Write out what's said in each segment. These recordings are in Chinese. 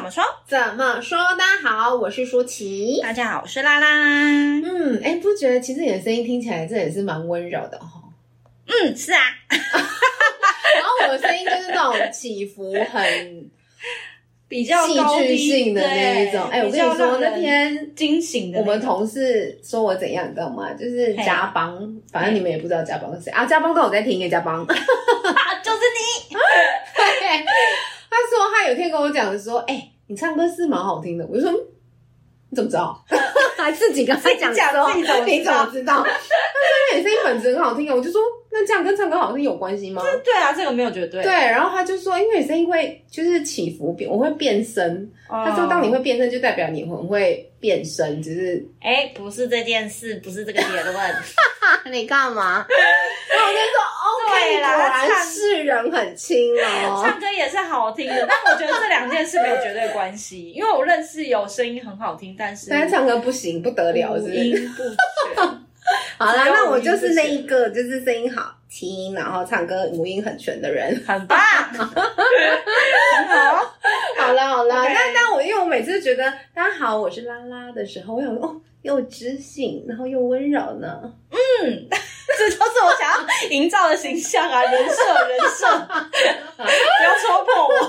么说？ 怎么说？大家好，我是舒淇。 大家好，我是拉拉。 不觉得其实你的声音听起来真的也是蛮温柔的齁？ 是啊。 然后我的声音就是那种起伏很比较戏剧性的那一种。我跟你说，那天惊醒的我们同事说我怎样，你知道吗？就是家邦，反正你们也不知道家邦是谁啊。家邦都有在听耶，家邦就是你。 对，他说他有一天跟我讲说，你唱歌是蛮好听的。我就说你怎么知道？还自己跟他讲说，你怎么知道？他说你声音本质很好听啊。我就说那这样跟唱歌好听有关系吗？ 对啊，这个没有绝对。 对，然后他就说，因为你声音会就是起伏我会变声。他说当你会变声，就代表你很会变声，只是不是这件事，不是这个结论。 你干嘛？然后我就说 OK， 对啦， 果然世人很清哦。 唱歌也是好听的，但我觉得这两件事没有绝对关系，因为我认识有声音很好听，但是唱歌不行不得了，是不是？ 五音不全。 好啦，那我就是那一个，就是声音好听，然后唱歌五音很全的人， 很棒，很好。 好啦， Okay. 那我因为我每次觉得大家好，我是拉拉的时候，我想说又知性，然后又温柔呢。 这就是我想要营造的形象啊，人设，不要戳破我。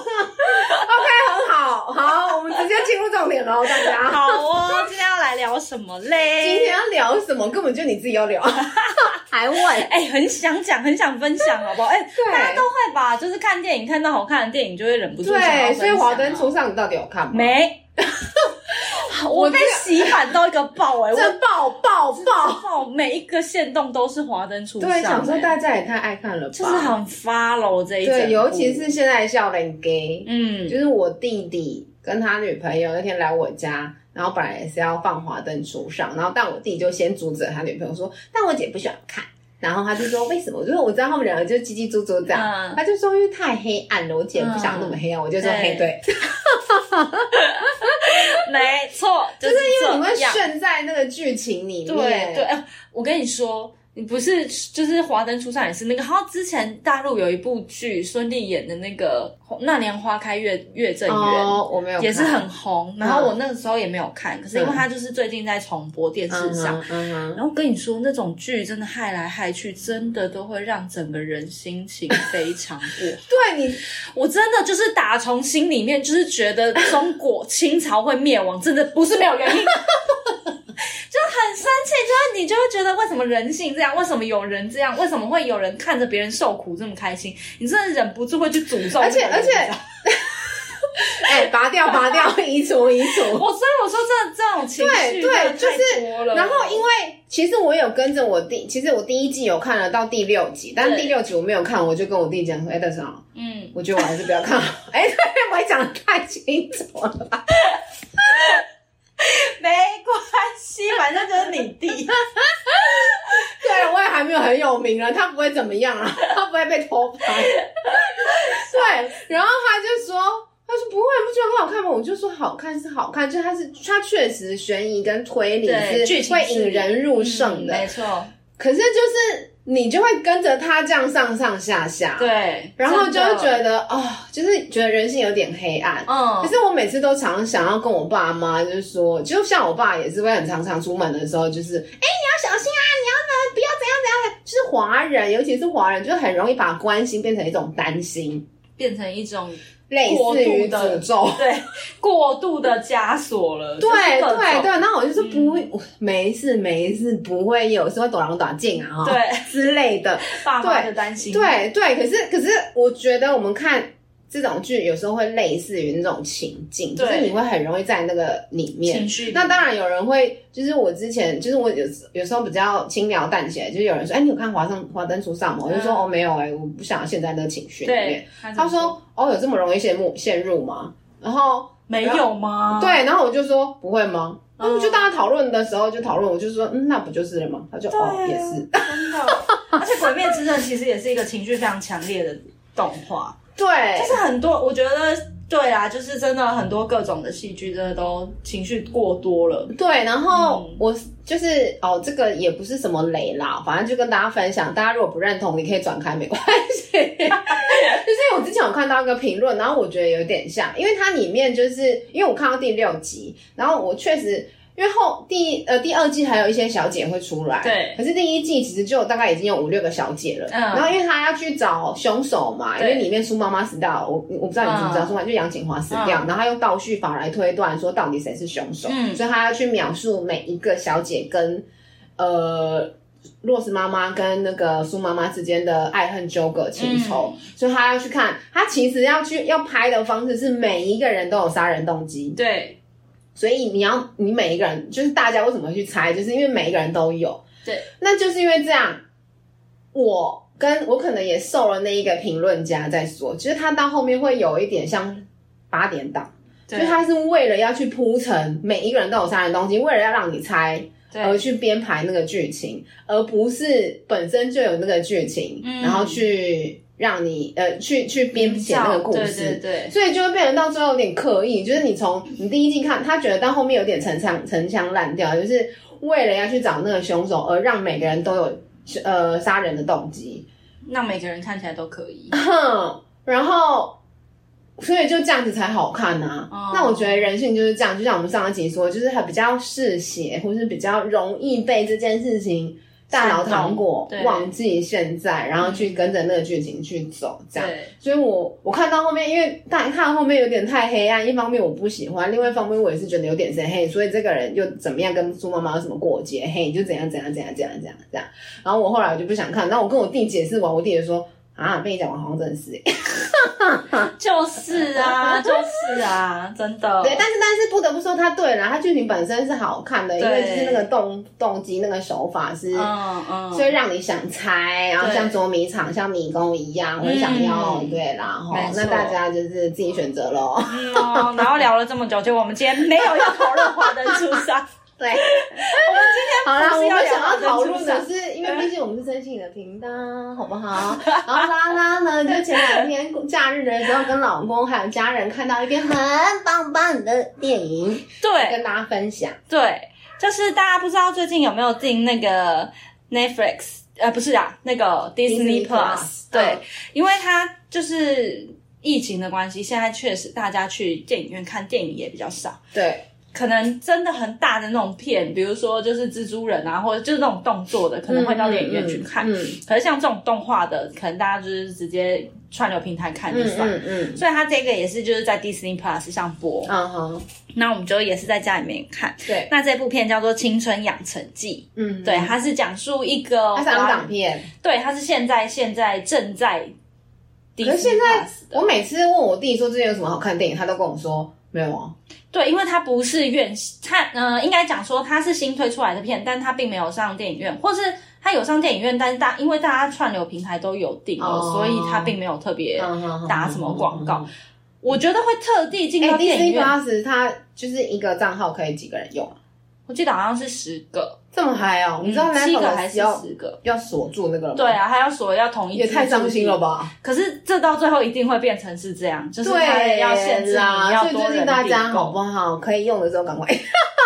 OK， 很好，好，我们直接进入重点了，大家。 好哦，今天要来聊什么嘞？ 今天要聊什么？根本就你自己要聊，还问？ 很想讲，很想分享，好不好？ 对， 大家都会吧，就是看电影看到好看的电影，就会忍不住想要分享。 对，所以《华灯初上》你到底有看吗？ 没。我被洗版到一个爆这爆， 每一个限动都是华灯初上。 对，想说大家也太爱看了吧， 就是很 follow 这一整部。 对，尤其是现在的少年 gay， 就是我弟弟跟他女朋友那天来我家，然后本来也是要放华灯初上，然后但我弟就先阻止了他女朋友说，但我姐不喜欢看。然后他就说为什么？就是我知道他们两个就叽叽猪猪这样，他就说因为太黑暗了，我姐不想那么黑暗，我就说对， 没错， 就是因为你会陷在那个剧情里面。 对，我跟你说，你不是就是华灯初上也是那个，好像之前大陆有一部剧，孙俪演的那个那年花开月正圆， 我没有看， 也是很红。然后我那个时候也没有看，可是因为它就是最近在重播电视上，然后跟你说那种剧真的害来害去，真的都会让整个人心情非常不好。 对我真的就是打从心里面就是觉得中国清朝会灭亡，真的不是没有原因。就很生气，就是你就会觉得为什么人性这样，为什么有人这样，为什么会有人看着别人受苦这么开心？你真的忍不住会去诅咒。而且拔掉，移除。所以我说这种情绪对，就是太多了。 然后因为其实我有跟着我弟，其实我第一季有看了到第6集，但第6集我没有看，我就跟我弟讲说，但是我觉得我还是不要看好。对，我讲得太清楚了吧。 没关系，反正就是你弟。 对了，我也还没有很有名啊，他不会怎么样啊，他不会被偷拍。对，然后他说不会，不觉得很好看吗？我就说好看是好看，就他确实悬疑跟推理是会引人入胜的， 没错。 可是就是你就会跟着他这样上上下下， 对， 然后就会觉得就是觉得人性有点黑暗。可是我每次都常想要跟我爸妈就是说，就像我爸也是会很常出门的时候，就是你要小心啊，你要不要怎样，就是华人，尤其是华人，就很容易把关心变成一种担心， 变成一种类似于诅咒， 对，过度的枷锁了。 对，然后我就说不会，没事，不会有时候短见啊，对之类的， 爸妈的担心， 对，可是我觉得我们看这种剧有时候会类似于那种情境，就是你会很容易在那个里面情绪。 那当然有人会，就是我之前就是我有时候比较轻描淡写，就是有人说，你有看华灯初上吗？我就说没有我不想陷在那个情绪里面。他说有这么容易陷入吗？然后没有吗？ 对，然后我就说不会吗？就大家讨论的时候就讨论，我就说那不就是了吗？他就也是真的。而且《鬼灭之刃》其实也是一个情绪非常强烈的动画。 对， 就是很多，我觉得对啦，就是真的很多各种的戏剧，真的都情绪过多了。 对，然后我就是这个也不是什么雷啦，反正就跟大家分享，大家如果不认同，你可以转开没关系。就是我之前有看到一个评论，然后我觉得有点像，因为它里面就是因为我看到第6集，然后我确实。因为第2季还有一些小姐会出来， 对。 可是第1季其实就大概已经有5-6个小姐了，然后因为她要去找凶手嘛，因为里面苏妈妈死掉了，我不知道你知不知道，苏妈妈就杨锦华死掉，然后她用倒叙法来推断说到底谁是凶手，所以她要去描述每一个小姐跟洛斯妈妈跟那个苏妈妈之间的爱恨纠葛情仇，所以她要去看，她其实要拍的方式是每一个人都有杀人动机， 对。 所以你每一个人，就是大家为什么会去猜，就是因为每一个人都有。 对， 那就是因为这样，我可能也受了那一个评论家在说，就是他到后面会有一点像8点档，所以他是为了要去铺陈每一个人都有杀人动机，为了要让你猜而去编排那个剧情，而不是本身就有那个剧情，然后去让你去编写那个故事， 对， 所以就会变成到最后有点刻意，就是你第一季看，他觉得到后面有点陈腔滥调，就是为了要去找那个凶手，而让每个人都有杀人的动机， 让每个人看起来都可以， 然后所以就这样子才好看啊。那我觉得人性就是这样，就像我们上一集说，就是比较嗜血，或是比较容易被这件事情。大脑糖果忘记现在，然后去跟着那个剧情去走，这样。所以我看到后面，因为大家看到后面有点太黑暗，一方面我不喜欢，另外一方面我也是觉得有点是黑，所以这个人又怎么样跟苏妈妈有什么过节，嘿，就怎样。然后我后来我就不想看，然后我跟我弟解释完，我弟也说啊，被你讲完好像真的是就是啊，真的。 对，但是不得不说，他对啦，他剧情本身是好看的，因为就是那个动机那个手法是，所以让你想猜，然后像捉迷藏、像迷宫一样，我想要对啦，那大家就是自己选择咯。 然后聊了这么久，就我们今天没有要讨论华灯初上。 对，我们今天好啦，我们想要讨论的是，因为毕竟我们是真性的频道，好不好？然后拉拉呢，就前2天假日的时候，跟老公还有家人看到一篇很棒的电影， 对， 跟大家分享。 对，就是大家不知道最近有没有订那个 Netflix，不是啊，那个 Disney Plus， 对，因为它就是疫情的关系，现在确实大家去电影院看电影也比较少， 对。 可能真的很大的那种片，比如说就是蜘蛛人啊，或者就是那种动作的，可能会到电影院去看。可是像这种动画的，可能大家就是直接串流平台看就算。所以它这个也是就是在 Disney Plus 上播。那我们就也是在家里面看。对。那这部片叫做《青春养成记》。对，它是讲述一个， 它是香港片。 对，它是现在正在。 可是现在我每次问我弟说最近有什么好看的电影，他都跟我说没有啊。 对，因为它不是它应该讲说它是新推出来的片，但它并没有上电影院，或是它有上电影院，但是因为大家串流平台都有订了，所以它并没有特别打什么广告。我觉得会特地进到电影院。 Disney+ 它就是一个账号可以几个人用啊？ 我记得好像是10个， 这么嗨哦！你知道 7个还是10个？ 要锁住那个了吗？ 对啊，还要锁，要同一。 也太伤心了吧！ 可是这到最后一定会变成是这样，就是它要限制你要多人订购。所以最近大家好不好？可以用的时候赶快。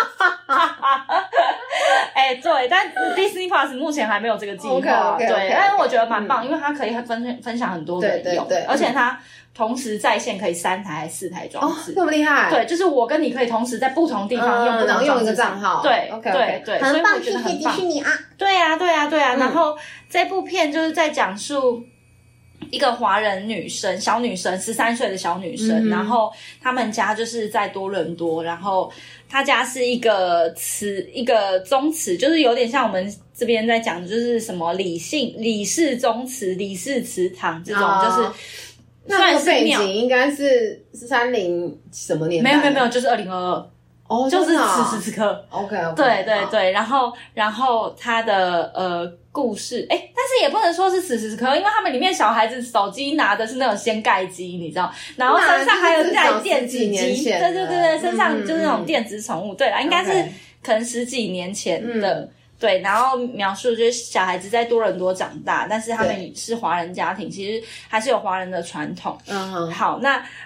对，但 Disney Plus 目前还没有这个计划。对，但是我觉得蛮棒，因为它可以分享很多个人用，而且它同时在线可以3台还是4台装置， 这么厉害？ 对，就是我跟你可以同时在不同地方用不同用一个账号。 对，对，所以我觉得很棒。对啊。然后这部片就是在讲述一个华人女生，小女生，13岁的小女生，然后他们家就是在多伦多，然后她家是一个宗祠，就是有点像我们这边在讲的，就是什么李氏宗祠、李氏祠堂这种，就是那个背景应该是30什么年代？ 没有，就是2022。就是此时此刻。 OK。 对，然后他的故事，但是也不能说是此时此刻，因为他们里面小孩子手机拿的是那种掀盖机，你知道，然后身上还有带电子机，对，身上就是那种电子宠物。对啦，应该是可能10几年前的。对，然后描述就是小孩子在多伦多长大，但是他们是华人家庭，其实还是有华人的传统。好，那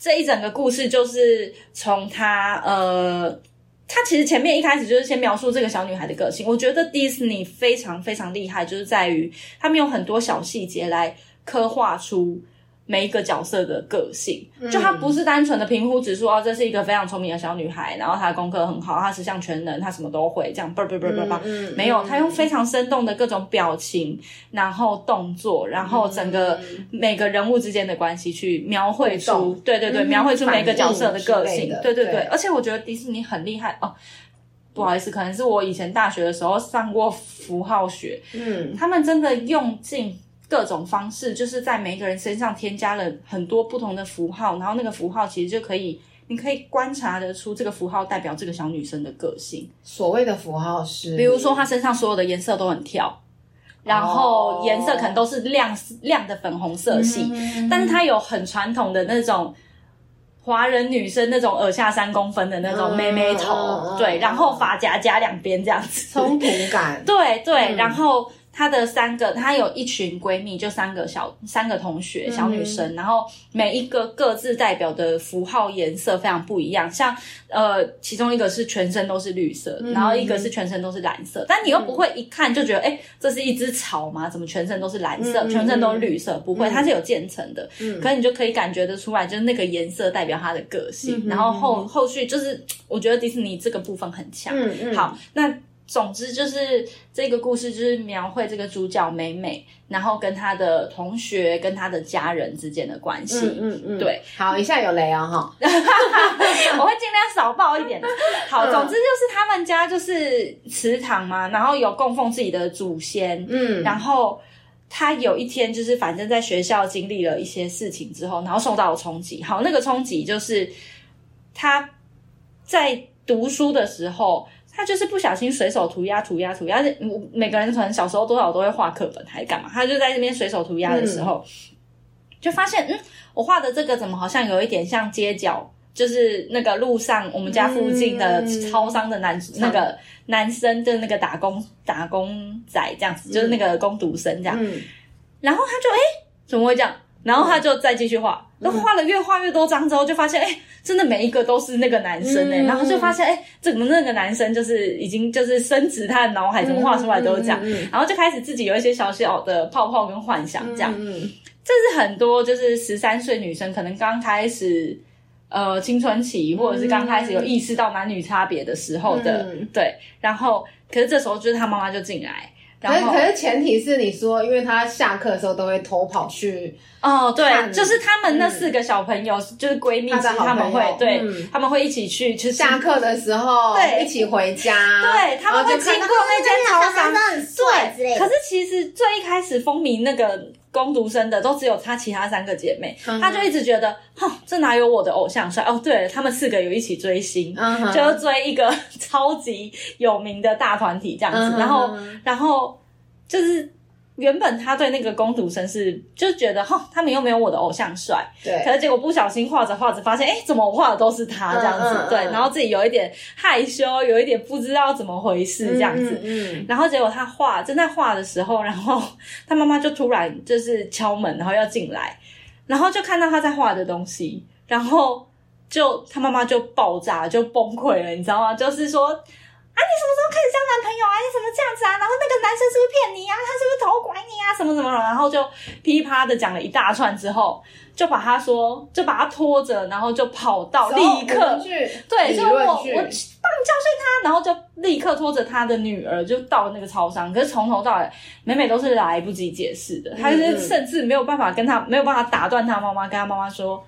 这一整个故事就是从他其实前面一开始就是先描述这个小女孩的个性。我觉得迪士尼非常非常厉害，就是在于他们有很多小细节来刻画出每一个角色的个性，就她不是单纯的平铺直述这是一个非常聪明的小女孩，然后她的功课很好，她十项全能，她什么都会，这样没有，她用非常生动的各种表情，然后动作，然后整个每个人物之间的关系去描绘出，对，描绘出每个角色的个性，对，而且我觉得迪士尼很厉害哦。不好意思，可能是我以前大学的时候上过符号学，他们真的用尽各种方式，就是在每一个人身上添加了很多不同的符号，然后那个符号其实就可以，你可以观察得出这个符号代表这个小女生的个性。 所谓的符号是， 比如说她身上所有的颜色都很跳，然后颜色可能都是亮的粉红色系，但是她有很传统的那种华人女生那种耳下3公分的那种妹妹头，对，然后发夹夹两边这样子， 冲突感， 对，然后她有一群闺蜜，就三个同学小女生，然后每一个各自代表的符号颜色非常不一样，像其中一个是全身都是绿色，然后一个是全身都是蓝色，但你又不会一看就觉得这是一只草吗？怎么全身都是蓝色，全身都是绿色？不会，它是有渐层的，可是你就可以感觉得出来，就是那个颜色代表它的个性，然后后续就是我觉得迪士尼这个部分很强。好，那总之就是这个故事就是描绘这个主角美美，然后跟她的同学跟她的家人之间的关系。对， 好，一下有雷哦哈， 我会尽量少爆一点的。好，总之就是他们家就是祠堂嘛，然后有供奉自己的祖先，然后他有一天就是反正在学校经历了一些事情之后，然后受到了冲击。好，那个冲击就是他在读书的时候，他就是不小心随手涂鸦，每个人可能小时候多少都会画课本还是干嘛，他就在这边随手涂鸦的时候，就发现我画的这个怎么好像有一点像街角，就是那个路上我们家附近的超商的那个男生的那个打工仔这样子，就是那个工读生这样，然后他就怎么会这样？然后他就再继续画，然后画了越画越多张之后，就发现真的每一个都是那个男生然后就发现怎么那个男生就是已经就是深植他的脑海，怎么画出来都是这样，然后就开始自己有一些小小的泡泡跟幻想这样。这是很多就是13岁女生可能刚开始青春期或者是刚开始有意识到男女差别的时候的对，然后可是这时候就是他妈妈就进来。可是前提是你说，因为他下课的时候都会偷跑去对，就是他们那4个小朋友，就是闺蜜，他们会他们会一起去，就是下课的时候一起回家， 对，他们会经过那间超商， 对， 可是其实最一开始风靡那个工读生的都只有他其他3个姐妹，他就一直觉得这哪有我的偶像帅对，他们4个有一起追星，就追一个超级有名的大团体这样子，然后就是原本他对那个工读生是就觉得他们又没有我的偶像帅， 对， 可是结果不小心画着画着发现怎么我画的都是他这样子，对，然后自己有一点害羞，有一点不知道怎么回事这样子，然后结果他正在画的时候，然后他妈妈就突然就是敲门，然后要进来，然后就看到他在画的东西，然后他妈妈就爆炸就崩溃了，你知道吗？就是说你什么时候开始交男朋友你怎么这样子然后那个男生是不是骗你他是不是偷拐你什么什么的，然后就噼啪的讲了一大串之后，就把他拖着，然后就跑到立刻对，就我帮你教训他，然后就立刻拖着他的女儿就到那个超商，可是从头到尾美美都是来不及解释的，他是甚至没有办法打断他妈妈，跟他妈妈说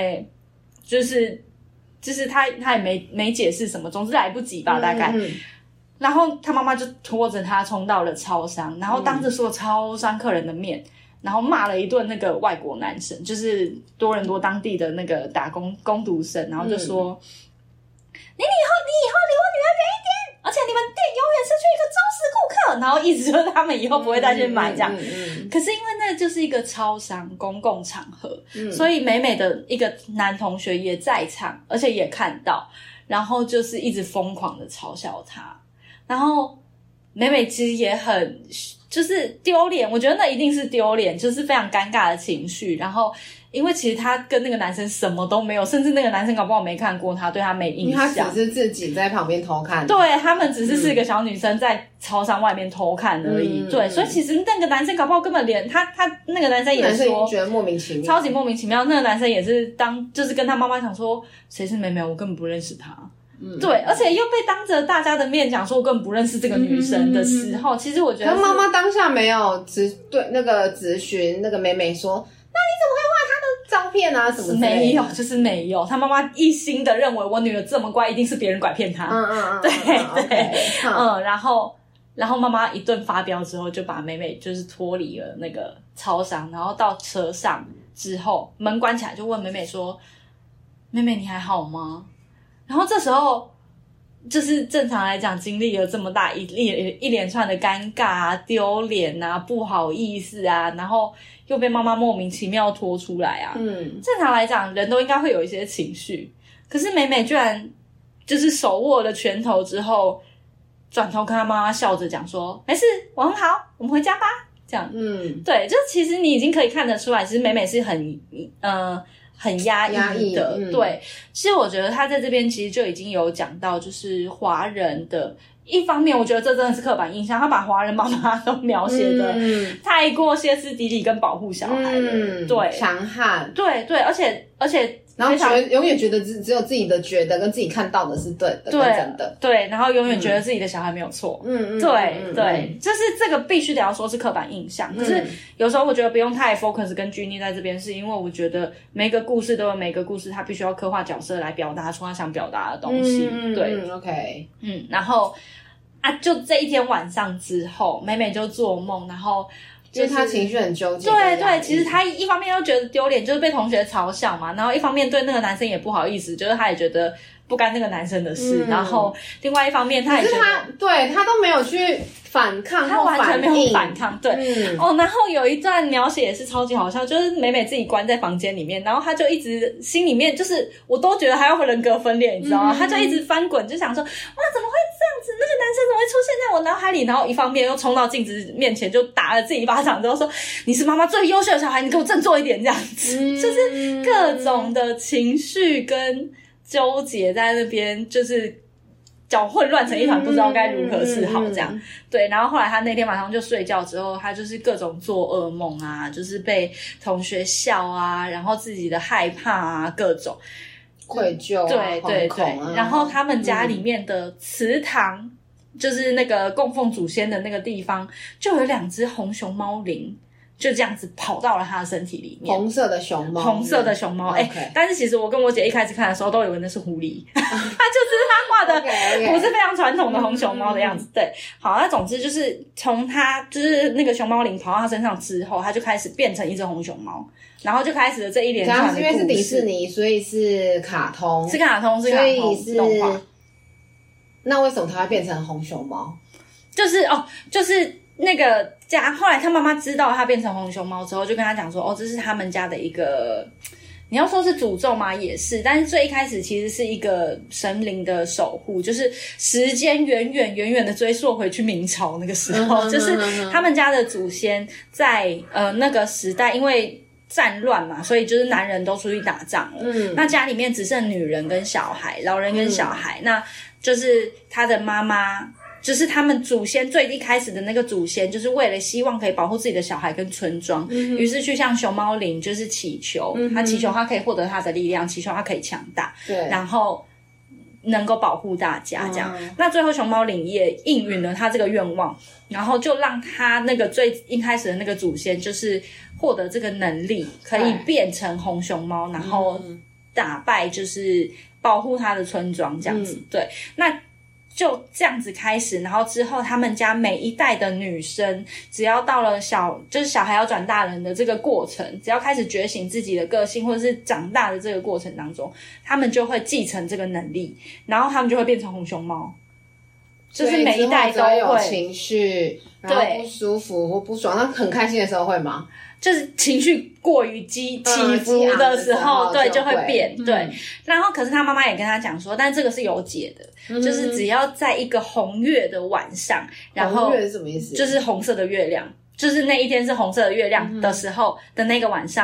就是他也没解释什么，总之来不及吧大概，然后他妈妈就拖着他冲到了超商，然后当着所有超商客人的面，然后骂了一顿那个外国男生，就是多伦多当地的那个工读生，然后就说你以后离我女儿远一点，而且你们店永远失去一个忠实顾客，然后意思就是他们以后不会再去买这样，可是因为那就是一个超商公共场合，所以美美的一个男同学也在场，而且也看到，然后就是一直疯狂的嘲笑他，然后美美其实也很就是丢脸，我觉得那一定是丢脸，就是非常尴尬的情绪，然后因为其实他跟那个男生什么都没有，甚至那个男生搞不好没看过他，对他没印因为象。 他只是自己在旁边偷看。 对，他们只是4个小女生在超商外面偷看而已。对，所以其实那个男生搞不好根本连他那个男生也说觉得莫名其妙， 超级莫名其妙。那个男生也是就是跟他妈妈讲说谁是妹妹，我根本不认识他。对，而且又被当着大家的面讲说我根本不认识这个女生的时候，其实我觉得可妈妈当下没有对那个咨询那个妹妹说，那你怎么会画她的照片啊什么之类的？ 没有，就是没有。他妈妈一心的认为我女儿这么乖，一定是别人拐骗她。对对，然后妈妈一顿发飙之后，就把妹妹就是脱离了那个超商，然后到车上之后门关起来，就问妹妹说：“妹妹你还好吗？”然后这时候就是正常来讲，经历了这么大一连串的尴尬啊、丢脸啊、不好意思啊，然后又被妈妈莫名其妙拖出来啊。正常来讲，人都应该会有一些情绪，可是美美居然就是手握了拳头之后，转头跟她妈妈笑着讲说：“没事，我很好，我们回家吧。”这样，对，就其实你已经可以看得出来，其实美美是很压抑的，对。其实我觉得他在这边其实就已经有讲到，就是华人的一方面，我觉得这真的是刻板印象，他把华人妈妈都描写的太过歇斯底里跟保护小孩了，对， 强悍， 对对，而且。 然后永远觉得只有自己的觉得跟自己看到的是对的， 对真的， 对，然后永远觉得自己的小孩没有错，对，就是这个必须得要说是刻板印象。可是有时候我觉得不用太 focus 跟拘泥在这边，是因为我觉得每个故事都有每个故事，它必须要刻画角色来表达出他想表达的东西，对 ，OK， 然后就这一天晚上之后，美美就做梦，然后。 就是他情绪很纠结， 对对，其实他一方面又觉得丢脸，就是被同学嘲笑嘛，然后一方面对那个男生也不好意思，就是他也觉得不干那个男生的事，然后另外一方面他也觉得他都没有去反抗， 他完全没有反抗，对，然后有一段描写也是超级好笑，就是美美自己关在房间里面，然后他就一直心里面就是我都觉得他要人格分裂，你知道吗？他就一直翻滚，就想说哇怎么会这样子，那个男生怎么会出现在我脑海里，然后一方面又冲到镜子面前就打了自己一巴掌，之后说你是妈妈最优秀的小孩，你给我振作一点，这样子，就是各种的情绪跟纠结在那边，就是脚混乱成一团，不知道该如何是好这样。对，然后后来他那天晚上就睡觉之后，他就是各种做噩梦啊，就是被同学笑啊，然后自己的害怕啊，各种愧疚对对对，然后他们家里面的祠堂，就是那个供奉祖先的那个地方，就有2只红熊猫灵。就这样子跑到了他的身体里面， 红色的熊猫， 但是其实我跟我姐一开始看的时候都以为那是狐狸，它就是他画的不是非常传统的红熊猫的样子。对，好，那总之就是从他就是那个熊猫灵跑到他身上之后，他就开始变成一只红熊猫，然后就开始了这一连串的故事。 因为是迪士尼，所以是卡通， 所以动画。 那为什么它会变成红熊猫？ 就是那个家，后来他妈妈知道他变成红熊猫之后，就跟他讲说，这是他们家的一个，你要说是诅咒吗？也是，但是最一开始其实是一个神灵的守护，就是时间远远的追溯回去明朝那个时候，就是他们家的祖先在那个时代，因为战乱嘛，所以就是男人都出去打仗了，那家里面只剩女人跟小孩，老人跟小孩，那就是他的妈妈。就是他们祖先最一开始的那个祖先，就是为了希望可以保护自己的小孩跟村庄，于是去向熊猫灵就是祈求，他祈求他可以获得他的力量，祈求他可以强大，对，然后能够保护大家这样。那最后熊猫灵也应允了他这个愿望，然后就让他那个最一开始的那个祖先就是获得这个能力，可以变成红熊猫，然后打败就是保护他的村庄这样子。对，那就这样子开始，然后之后他们家每一代的女生，只要到了就是小孩要转大人的这个过程，只要开始觉醒自己的个性，或者是长大的这个过程当中，他们就会继承这个能力，然后他们就会变成红熊猫。就是每一代都会有情绪，然后不舒服或不爽，那很开心的时候会吗？ 就是情绪过于起伏的时候，对，就会变，对。然后，可是他妈妈也跟他讲说，但这个是有解的，就是只要在一个红月的晚上，然后红月是什么意思？ 就是红色的月亮，就是那一天是红色的月亮的时候的那个晚上，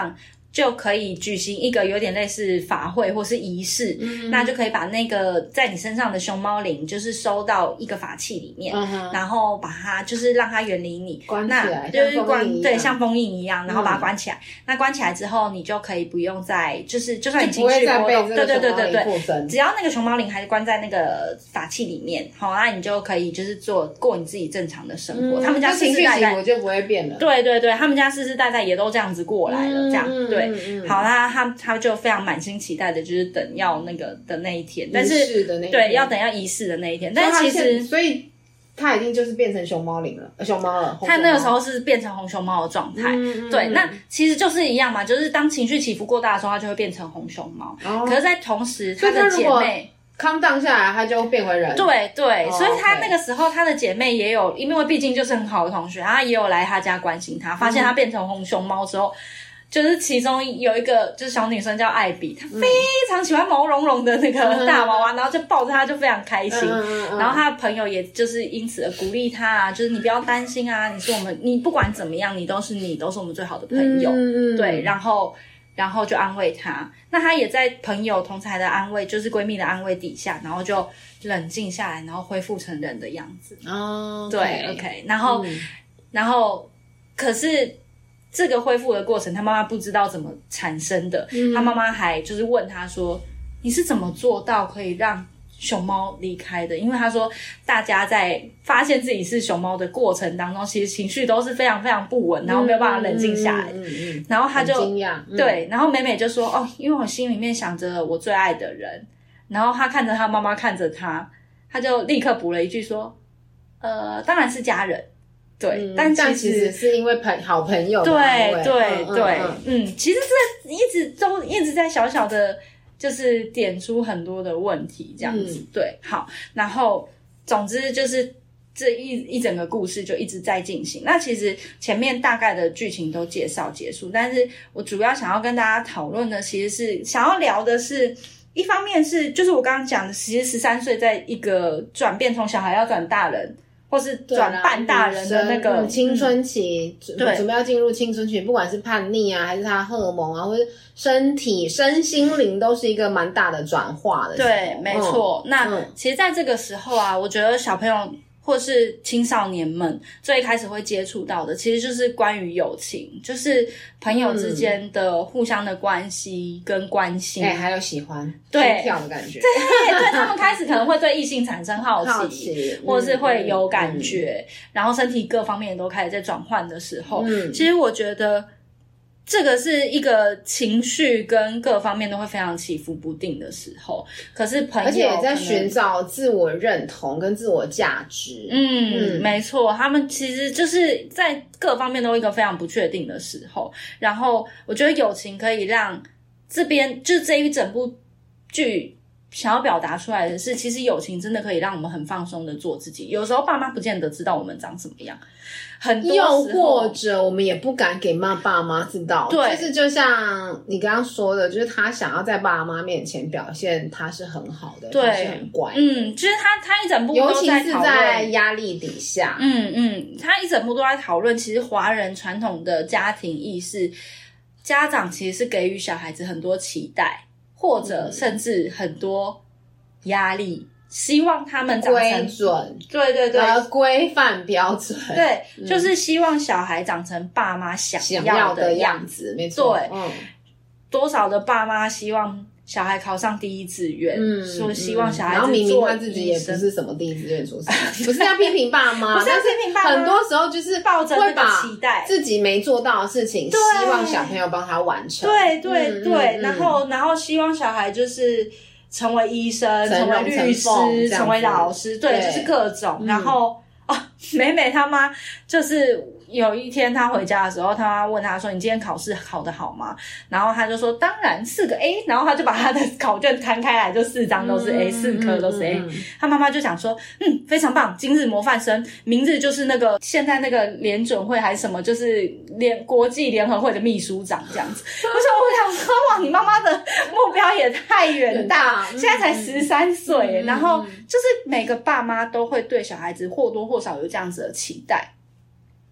就可以举行一个有点类似法会或是仪式，那就可以把那个在你身上的熊猫灵就是收到一个法器里面，然后把它就是让它远离你， 关起来， 就是对，像封印一样，然后把它关起来。那关起来之后，你就可以不用再就是就算你情绪波动，对，只要那个熊猫灵还是关在那个法器里面，好，那你就可以就是过你自己正常的生活。他们家世世代代我就不会变了。 对对对，他们家世世代代也都这样子过来了，这样对。好，那他就非常满心期待的，就是等要那个的那一天，但是对，要等要仪式的那一天。但其实， 所以他已经就是变成熊猫灵了，熊猫了。 他那个时候是变成红熊猫的状态，对。那其实就是一样嘛，就是当情绪起伏过大的时候，它就会变成红熊猫。可是，在同时，他的姐妹 calm down下来，他就变回人。 对对，所以他那个时候他的姐妹也有，因为毕竟就是很好的同学，他也有来他家关心他，发现他变成红熊猫之后。就是其中有一个就是小女生叫艾比，她非常喜欢毛茸茸的那个大娃娃，然后就抱着她就非常开心，然后她的朋友也就是因此而鼓励她啊，就是你不要担心啊，你不管怎么样，你都是我们最好的朋友，对，然后就安慰她，那她也在朋友同侪的安慰，就是闺蜜的安慰底下，然后就冷静下来，然后恢复成人的样子。对 ，OK， 然后可是。这个恢复的过程，他妈妈不知道怎么产生的。他妈妈还就是问他说：“你是怎么做到可以让熊猫离开的？”因为他说，大家在发现自己是熊猫的过程当中，其实情绪都是非常非常不稳，然后没有办法冷静下来。然后他就对，然后美美就说：“哦，因为我心里面想着我最爱的人。”然后他看着他妈妈看着他，他就立刻补了一句说：“当然是家人。”对，但其实是因为好朋友的安慰。 对，其实这一直在小小的，就是点出很多的问题，这样子。对，好，然后总之就是这一整个故事就一直在进行。那其实前面大概的剧情都介绍结束，但是我主要想要跟大家讨论的，其实是想要聊的是。一方面是就是我刚刚讲的，其实13岁在一个转变从小孩要转大人。或是转半大人的那个青春期，准备要进入青春期，不管是叛逆啊，还是他荷尔蒙啊，或是身体、身心灵，都是一个蛮大的转化的时候。 对，没错。那其实在这个时候啊，我觉得小朋友或是青少年们最开始会接触到的，其实就是关于友情，就是朋友之间的互相的关系跟关心， 还有喜欢、心跳的感觉。 对，他们开始可能会对异性产生好奇，或是会有感觉，然后身体各方面都开始在转换的时候，其实我觉得。这个是一个情绪跟各方面都会非常起伏不定的时候，可是朋友而且也在寻找自我认同跟自我价值。 没错，他们其实就是在各方面都一个非常不确定的时候。然后我觉得友情可以让这边就是这一整部剧想要表达出来的是，其实友情真的可以让我们很放松的做自己。有时候爸妈不见得知道我们长什么样，很多时候又或者我们也不敢给爸妈知道。对，就是就像你刚刚说的，就是他想要在爸妈面前表现他是很好的，对，他是很乖的。 就是他一整部都在讨论，尤其是在压力底下。 他一整部都在讨论，其实华人传统的家庭意识，家长其实是给予小孩子很多期待。或者甚至很多压力，希望他们长成规准， 对， 规范标准， 对，就是希望小孩长成爸妈想要的样子， 没错， 对，多少的爸妈希望小孩考上第一志愿，说希望小孩子然后明明他自己也不是什么第一志愿出身，不是要批评爸妈， 不是要批评爸妈， 很多时候就是抱着那个期待， 自己没做到的事情，希望小朋友帮他完成。 对，然后希望小孩就是成为医生，成为律师，成为老师，对，就是各种。然后美美他妈就是有一天他回家的时候，他妈问他说：“你今天考试考得好吗？”然后他就说：“当然4个 A。”然后他就把他的考卷摊开来，就4张都是 A，4科都是 A。他妈妈就讲说：“非常棒，今日模范生，明日就是那个现在那个联准会还是什么，就是国际联合会的秘书长这样子。”我想说，哇，你妈妈的目标也太远大，现在才13岁，然后就是每个爸妈都会对小孩子或多或少有这样子的期待。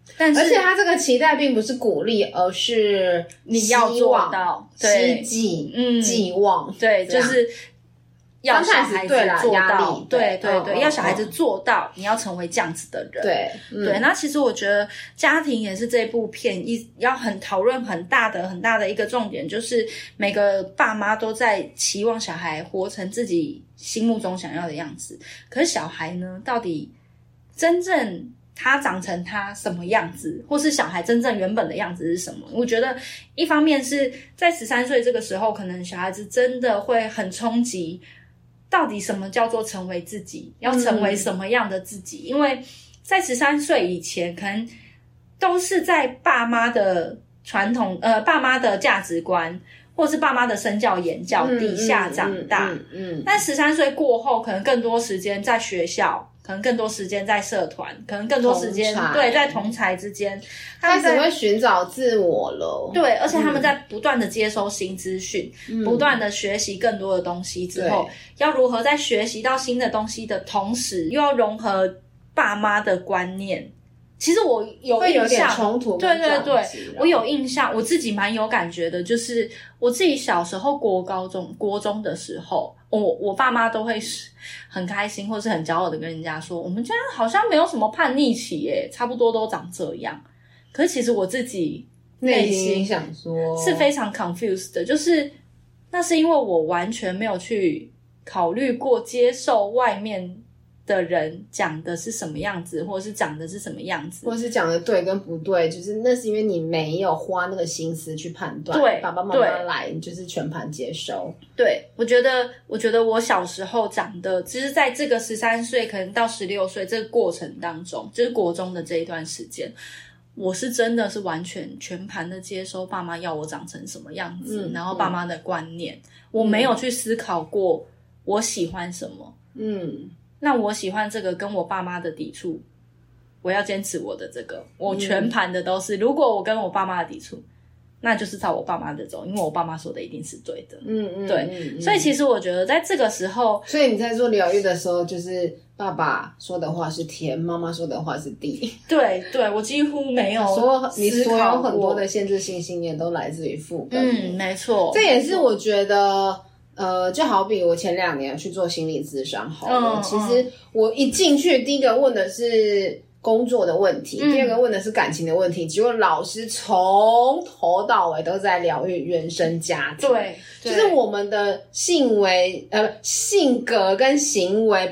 但是而且他这个期待并不是鼓励，而是你要做到，对， 寄望， 对，就是要小孩子做到，对对对，要小孩子做到，你要成为这样子的人， 对对。那其实我觉得家庭也是这部片要很讨论很大的一个重点，就是每个爸妈都在期望小孩活成自己心目中想要的样子，可是小孩呢，到底真正他长成他什么样子，或是小孩真正原本的样子是什么？我觉得一方面是在13岁这个时候，可能小孩子真的会很冲击，到底什么叫做成为自己，要成为什么样的自己？因为在13岁以前，可能都是在爸妈的传统爸妈的价值观，或是爸妈的身教言教底下长大。但13岁过后，可能更多时间在学校，可能更多时间在社团，可能更多时间对在同侪之间， 开始会寻找自我了。 对，而且他们在不断的接收新资讯，不断的学习更多的东西之后，要如何在学习到新的东西的同时，又要融合爸妈的观念。其实我有印象， 会有点冲突， 对对对，我有印象，我自己蛮有感觉的，就是我自己小时候国中的时候，我爸妈都会很开心或是很骄傲的跟人家说，我们家好像没有什么叛逆期耶，差不多都长这样。可是其实我自己内心想说是非常 confused 的，就是那是因为我完全没有去考虑过接受外面的人讲的是什么样子，或者是讲的是什么样子， 或者是讲的对跟不对，就是那是因为你没有花那个心思去判断。 对， 爸爸妈妈来你就是全盘接收。 对，我觉得我小时候长的，其实在这个13岁可能到16岁这个过程当中，就是国中的这一段时间，我是真的是完全盘的接收爸妈要我长成什么样子，然后爸妈的观念，我没有去思考过我喜欢什么。那我喜欢这个跟我爸妈的抵触，我要坚持我的这个，我全盘的都是，如果我跟我爸妈的抵触，那就是照我爸妈的走，因为我爸妈说的一定是对的。对，所以其实我觉得在这个时候， 所以你在做疗愈的时候，就是爸爸说的话是天，妈妈说的话是地。 对对，我几乎没有你所有很多的限制性信念都来自于父本。 没错， 这也是我觉得。就好比我前2年去做心理咨商好了，其实我一进去第一个问的是工作的问题，第二个问的是感情的问题，结果老师从头到尾都在疗愈原生家庭。 对， 就是我们的性格跟行为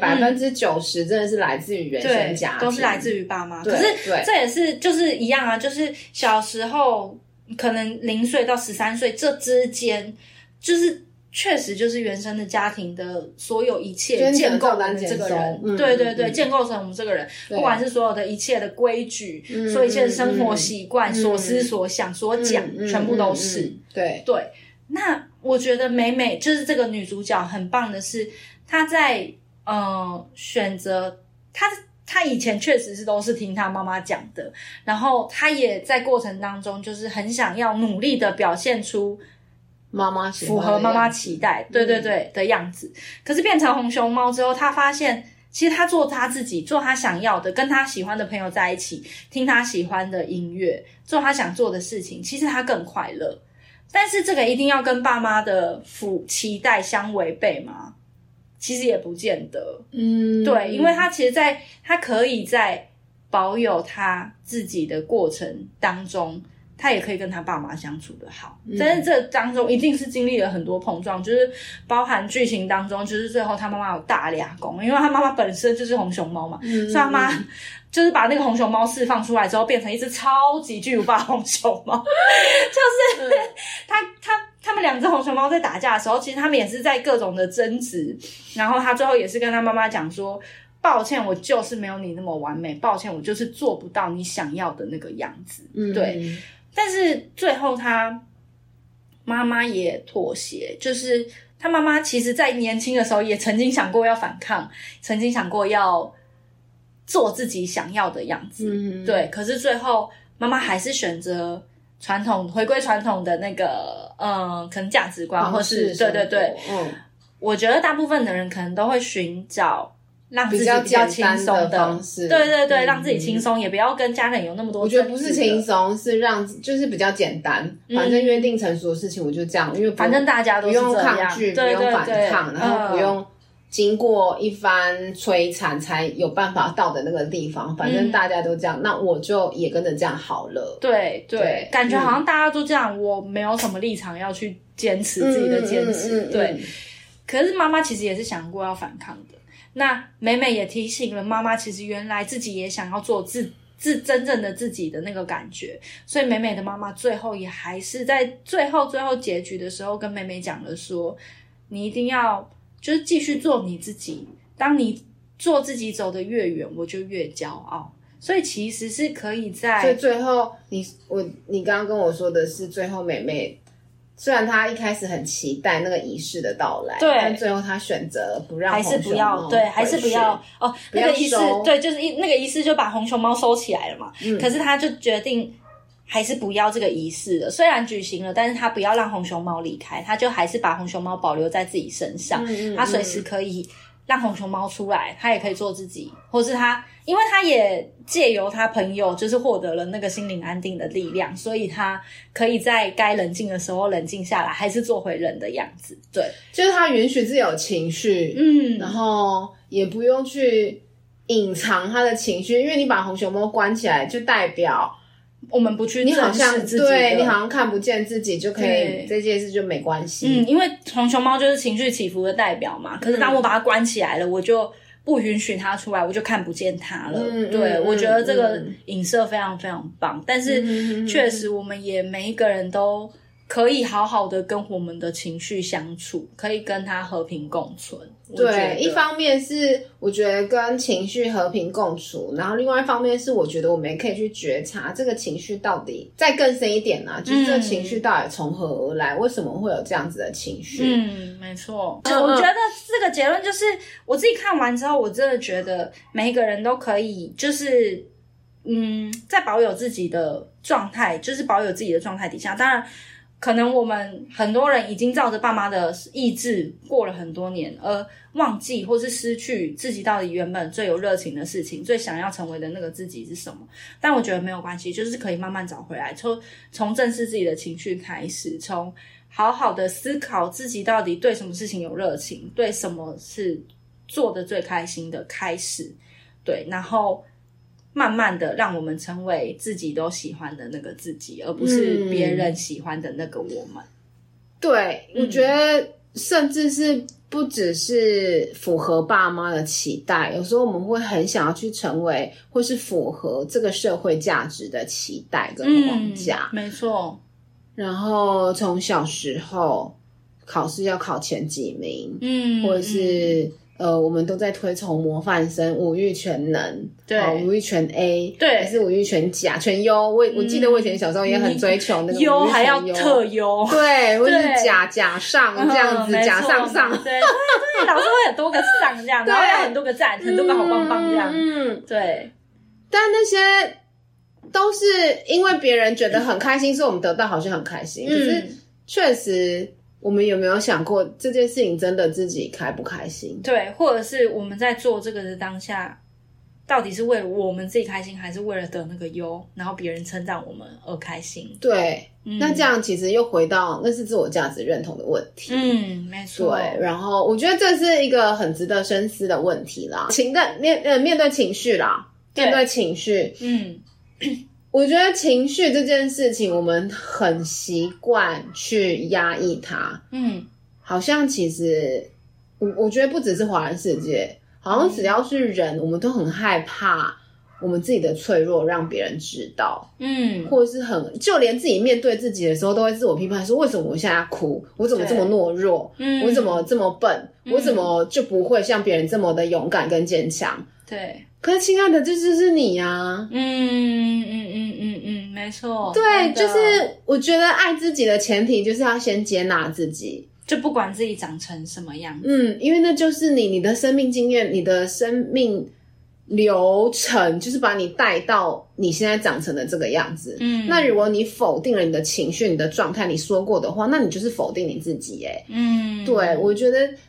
90%真的是来自于原生家庭， 都是来自于爸妈。可是这也是就是一样啊，就是小时候可能0岁到13岁这之间，就是确实就是原生的家庭的所有一切建构我们这个人，对对对，建构成我们这个人，不管是所有的一切的规矩，所有一切的生活习惯，所思所想所讲，全部都是。对对，那我觉得美美就是这个女主角很棒的是，她在选择她以前确实是都是听她妈妈讲的，然后她也在过程当中就是很想要努力的表现出妈妈符合妈妈期待，对对对的样子。可是变成红熊猫之后，他发现其实他做他自己，做他想要的，跟他喜欢的朋友在一起，听他喜欢的音乐，做他想做的事情，其实他更快乐。但是这个一定要跟爸妈的期待相违背吗？其实也不见得。对，因为他其实他可以在保有他自己的过程当中，他也可以跟他爸妈相处的好，但是这当中一定是经历了很多碰撞，就是包含剧情当中，就是最后他妈妈有大俩公，因为他妈妈本身就是红熊猫嘛，所以他妈就是把那个红熊猫释放出来之后，变成一只超级巨无霸红熊猫，就是他们2只红熊猫在打架的时候，其实他们也是在各种的争执，然后他最后也是跟他妈妈讲说，抱歉，我就是没有你那么完美，抱歉，我就是做不到你想要的那个样子。对。但是最后他妈妈也妥协，就是他妈妈其实在年轻的时候也曾经想过要反抗，曾经想过要做自己想要的样子。对，可是最后妈妈还是选择回归传统的那个可能价值观，或是对对对，我觉得大部分的人可能都会寻找让自己比较轻松的方式， 对对对，让自己轻松，也不要跟家人有那么多。 我觉得不是轻松，是就是比较简单，反正约定成熟的事情我就这样，因为反正大家都是这样， 不用抗拒， 对对对， 不用反抗，然后不用经过一番摧残才有办法到的那个地方，反正大家都这样，那我就也跟着这样好了。 对对，感觉好像大家都这样，我没有什么立场要去坚持自己的坚持，对。可是妈妈其实也是想过要反抗的。那美美也提醒了妈妈，其实原来自己也想要做真正的自己的那个感觉，所以美美的妈妈最后也还是在最后结局的时候跟美美讲了说，你一定要就是继续做你自己，当你做自己走得越远，我就越骄傲。所以其实是可以在， 所以最后你刚刚跟我说的是最后美美虽然她一开始很期待那个仪式的到来， 对， 但最后她选择不让红熊猫， 还是不要，对，还是不要哦。那个仪式，对，就是那个仪式就把红熊猫收起来了嘛。可是他就决定还是不要这个仪式了。虽然举行了，但是他不要让红熊猫离开，他就还是把红熊猫保留在自己身上。他随时可以让红熊猫出来，他也可以做自己，或是他，因为他也借由他朋友就是获得了那个心灵安定的力量，所以他可以在该冷静的时候冷静下来，还是做回人的样子。对， 就是他允许自己有情绪，然后也不用去隐藏他的情绪，因为你把红熊猫关起来，就代表我们不去你好像正视自己的， 对，你好像看不见自己就可以，这件事就没关系。 因为红熊猫就是情绪起伏的代表嘛。可是当我把它关起来了，我就不允许它出来，我就看不见它了。对，我觉得这个影射非常非常棒。但是确实，我们也每一个人都可以好好的跟我们的情绪相处，可以跟它和平共存。 对，一方面是我觉得跟情绪和平共处，然后另外一方面是我觉得我们也可以去觉察这个情绪到底再更深一点啊，就是这个情绪到底从何而来，为什么会有这样子的情绪。 没错。我觉得这个结论就是我自己看完之后，我真的觉得每一个人都可以就是在保有自己的状态，就是保有自己的状态底下，当然可能我们很多人已经照着爸妈的意志过了很多年，而忘记或是失去自己到底原本最有热情的事情，最想要成为的那个自己是什么。但我觉得没有关系，就是可以慢慢找回来，从正视自己的情绪开始，从好好的思考自己到底对什么事情有热情，对什么是做得最开心的开始，对，然后慢慢的让我们成为自己都喜欢的那个自己，而不是别人喜欢的那个我们。 对，我觉得甚至是不只是符合爸妈的期待，有时候我们会很想要去成为或是符合这个社会价值的期待跟框架。 没错。然后从小时候考试要考前几名，或者是我们都在推崇模范生五育全能， 对， 五育全 A， 对， 还是五育全甲、全优。我记得我以前小时候也很追求那个优还要特优， 对，或是甲上这样子，甲上， 对，老师会很多个上这样，然后有很多个赞，很多个好棒棒这样，对。 但那些都是因为别人觉得很开心，所以我们得到好像很开心，可是确实。我们有没有想过这件事情真的自己开不开心？ 对，或者是我们在做这个的当下，到底是为了我们自己开心，还是为了得那个优，然后别人称赞我们而开心？ 对，那这样其实又回到那是自我价值认同的问题。 没错。 对，然后我觉得这是一个很值得深思的问题啦。面对情绪啦，面对情绪，我觉得情绪这件事情，我们很习惯去压抑它。好像其实我觉得不只是华人世界，好像只要是人，我们都很害怕我们自己的脆弱让别人知道。或者是就连自己面对自己的时候，都会自我批判说：为什么我现在哭？我怎么这么懦弱？我怎么这么笨？我怎么就不会像别人这么的勇敢跟坚强？ 对。 可是亲爱的，这就是你啊。 没错。 对，就是我觉得爱自己的前提就是要先接纳自己， 就不管自己长成什么样子。 因为那就是你的生命经验，你的生命流程，就是把你带到你现在长成的这个样子。那如果你否定了你的情绪、你的状态，你说过的话，那你就是否定你自己。对，我觉得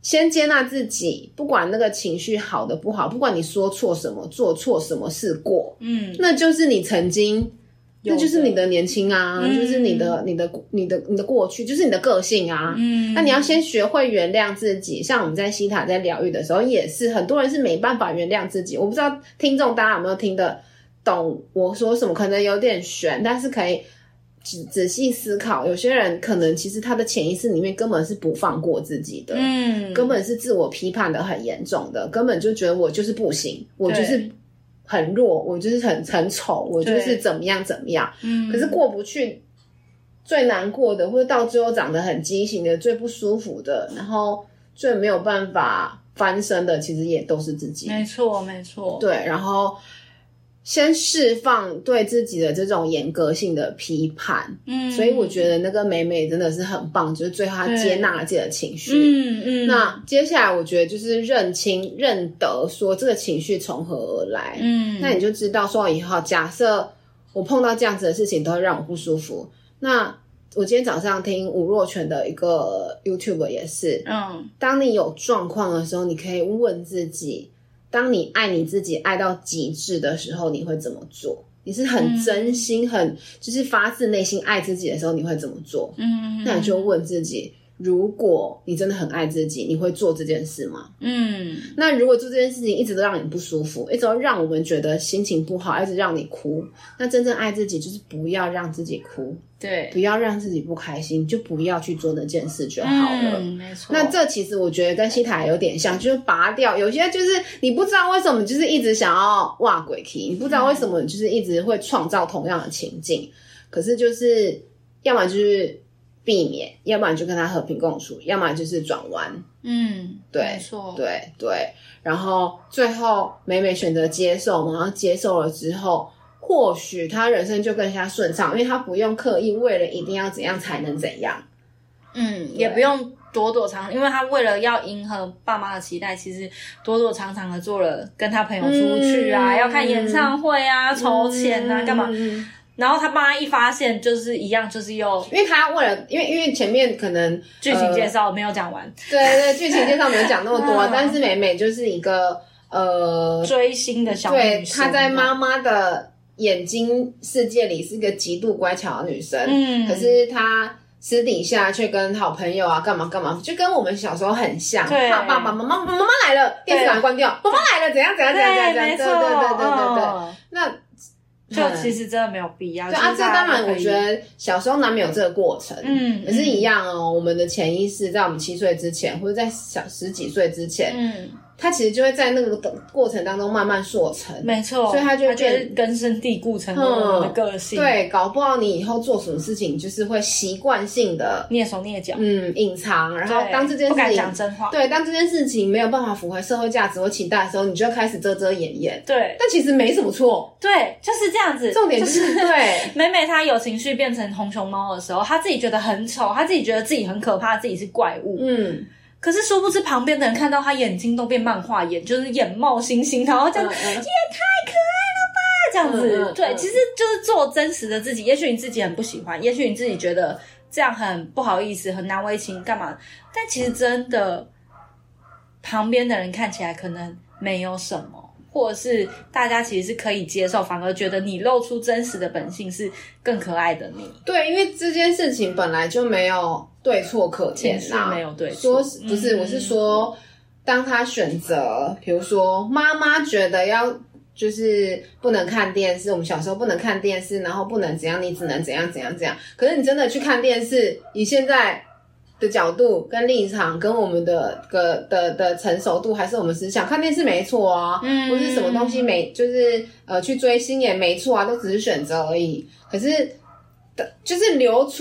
先接纳自己，不管那个情绪好的不好，不管你说错什么做错什么事过，那就是你曾经，那就是你的年轻啊，就是你的过去，就是你的个性啊。那你要先学会原谅自己。像我们在西塔在疗愈的时候，也是很多人是没办法原谅自己。我不知道听众大家有没有听得懂我说什么，可能有点悬，但是可以仔细思考。有些人可能其实他的潜意识里面根本是不放过自己的，根本是自我批判的很严重的，根本就觉得我就是不行，我就是很弱，我就是很丑，我就是怎么样怎么样。可是过不去，最难过的，或者到最后长得很畸形的，最不舒服的，然后最没有办法翻身的，其实也都是自己。 没错没错。 对，然后先释放对自己的这种严格性的批判。所以我觉得那个美美真的是很棒，就是最后她接纳了自己的情绪。那接下来我觉得就是认清认得说这个情绪从何而来。那你就知道说以后假设我碰到这样子的事情都会让我不舒服，那我今天早上听吴若权的一个 YouTube 也是，当你有状况的时候，你可以问自己，当你爱你自己爱到极致的时候，你会怎么做？你是很真心很就是发自内心爱自己的时候，你会怎么做？那你就问自己，如果你真的很爱自己，你会做这件事吗？那如果做这件事情一直都让你不舒服，一直都让我们觉得心情不好，一直让你哭，那真正爱自己就是不要让自己哭，对，不要让自己不开心，就不要去做那件事就好了。 没错。 那这其实我觉得跟西塔有点像，就是拔掉有些就是你不知道为什么就是一直想要挖鬼气，你不知道为什么就是一直会创造同样的情境，可是就是要么就是避免，要不然就跟他和平共处，要么就是转弯。对， 没错， 对对。然后最后美美选择接受嘛，然后接受了之后，或许他人生就更加顺畅，因为他不用刻意为了一定要怎样才能怎样。 也不用躲躲藏，因为他为了要迎合爸妈的期待，其实躲躲藏藏的做了跟他朋友出去啊，要看演唱会啊，筹钱啊，干嘛。然后他妈一发现就是一样，就是又因为他为了因为前面可能剧情介绍没有讲完， 对对，剧情介绍没有讲那么多，但是美美就是一个追星的小女生， 对，她在妈妈的眼睛世界里是一个极度乖巧的女生，可是她私底下却跟好朋友啊干嘛干嘛，就跟我们小时候很像。对，爸爸妈妈来了，电视赶快关掉，妈妈来了，怎样怎样怎样怎样，对对对对对。那就其实真的没有必要。 对啊，这当然我觉得小时候难免有这个过程，可是一样哦。我们的潜意识在我们7岁之前，或者在十几岁之前，它其实就会在那个过程当中慢慢塑成， 没错， 所以它就会根深蒂固成我们的个性。 对，搞不好你以后做什么事情，就是会习惯性的蹑手蹑脚， 隐藏。然后当这件事情不敢讲真话， 对，当这件事情没有办法符合社会价值或期待的时候，你就开始遮遮掩掩。 对， 但其实没什么错。 对，就是这样子。 重点就是对美美她有情绪变成红熊猫的时候，她自己觉得很丑，她自己觉得自己很可怕，自己是怪物。可是殊不知旁边的人看到他眼睛都变漫画眼，就是眼冒星星，然后这样也太可爱了吧，这样子。对，其实就是做真实的自己。也许你自己很不喜欢，也许你自己觉得这样很不好意思，很难为情，干嘛？但其实真的，旁边的人看起来可能没有什么。或者是大家其实是可以接受，反而觉得你露出真实的本性是更可爱的你。 对，因为这件事情本来就没有对错可言啦， 没有对错。 不是，我是说，当他选择，比如说妈妈觉得要就是不能看电视，我们小时候不能看电视，然后不能怎样，你只能怎样怎样怎样。可是你真的去看电视，以现在的角度跟立场跟我们的成熟度，还是我们思想看电视没错啊，或是什么东西就是去追星也没错啊，都只是选择而已。可是就是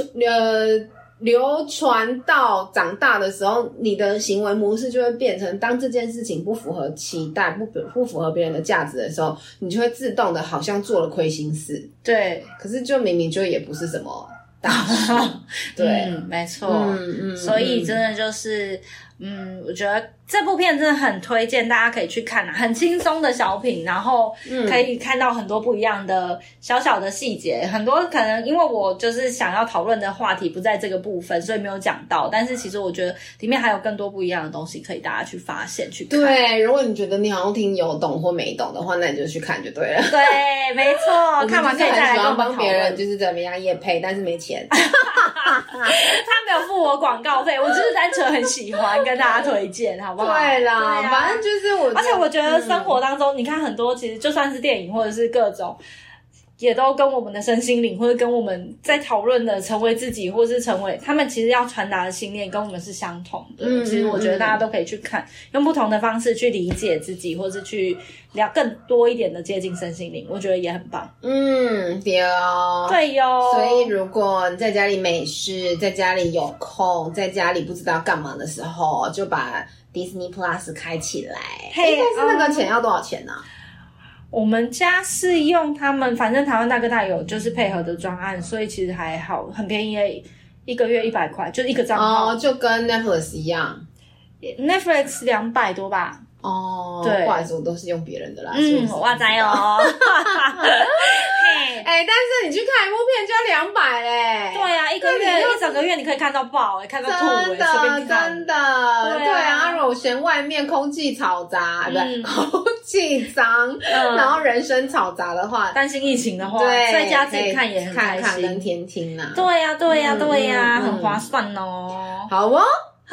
流传到长大的时候，你的行为模式就会变成，当这件事情不符合期待，不符合别人的价值的时候，你就会自动的好像做了亏心事。对，可是就明明就也不是什么大事。对， 没错。所以真的就是我觉得这部片真的很推荐大家可以去看很轻松的小品，然后可以看到很多不一样的小小的细节，很多可能因为我就是想要讨论的话题不在这个部分，所以没有讲到，但是其实我觉得里面还有更多不一样的东西可以大家去发现去看。 对，如果你觉得你好像听有懂或没懂的话，那你就去看就对了。 对，没错，看完可以再来跟我们帮别人就是怎么样业配，但是没钱。 他没有付我广告费，我就是单纯很喜欢跟大家推荐，好不好？ 对啦，反正就是而且我觉得生活当中，你看很多其实就算是电影或者是各种，也都跟我们的身心灵或者跟我们在讨论的成为自己，或是成为他们其实要传达的信念跟我们是相同的。其实我觉得大家都可以去看，用不同的方式去理解自己，或是去聊更多一点的接近身心灵，我觉得也很棒。 对哦， 对哟。 所以如果你在家里没事，在家里有空，在家里不知道干嘛的时候，就把 Disney Plus 开起来。但是那个钱要多少钱呢？ 我们家是用他们，反正台湾大哥大有就是配合的专案，所以其实还好，很便宜而已，一个月100块，就是一个账号。 就跟 Netflix 一样。 Netflix 200多吧。 对，不好意思，我都是用别人的啦。 哇塞哦。 但是你去看一部片就要200嘞。 对啊，一整个月你可以看到爆看到吐随便看。 真的。对啊，如果我嫌外面空气嘈杂，空气脏，然后人声嘈杂的话， 担心疫情的话，在家自己看也很开心， 看跟天听啊。 对呀，很划算哦。 好哦。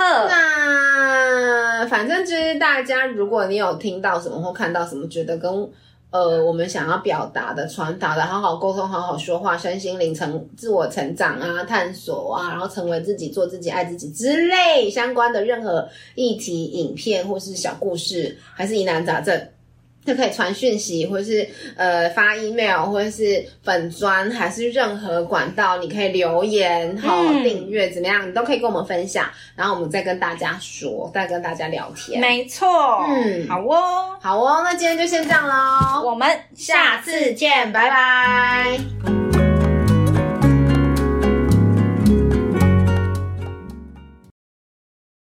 那反正就是大家，如果你有听到什么或看到什么，觉得跟我们想要表达的、传达的，好好沟通、好好说话，身心灵自我成长啊、探索啊，然后成为自己、做自己、爱自己之类相关的任何议题、影片或是小故事，还是疑难杂症，就可以传讯息，或是发 email， 或者是粉专，还是任何管道，你可以留言、订阅怎么样，你都可以跟我们分享，然后我们再跟大家说，再跟大家聊天。 没错。好哦， 那今天就先这样咯， 我们下次见，拜拜。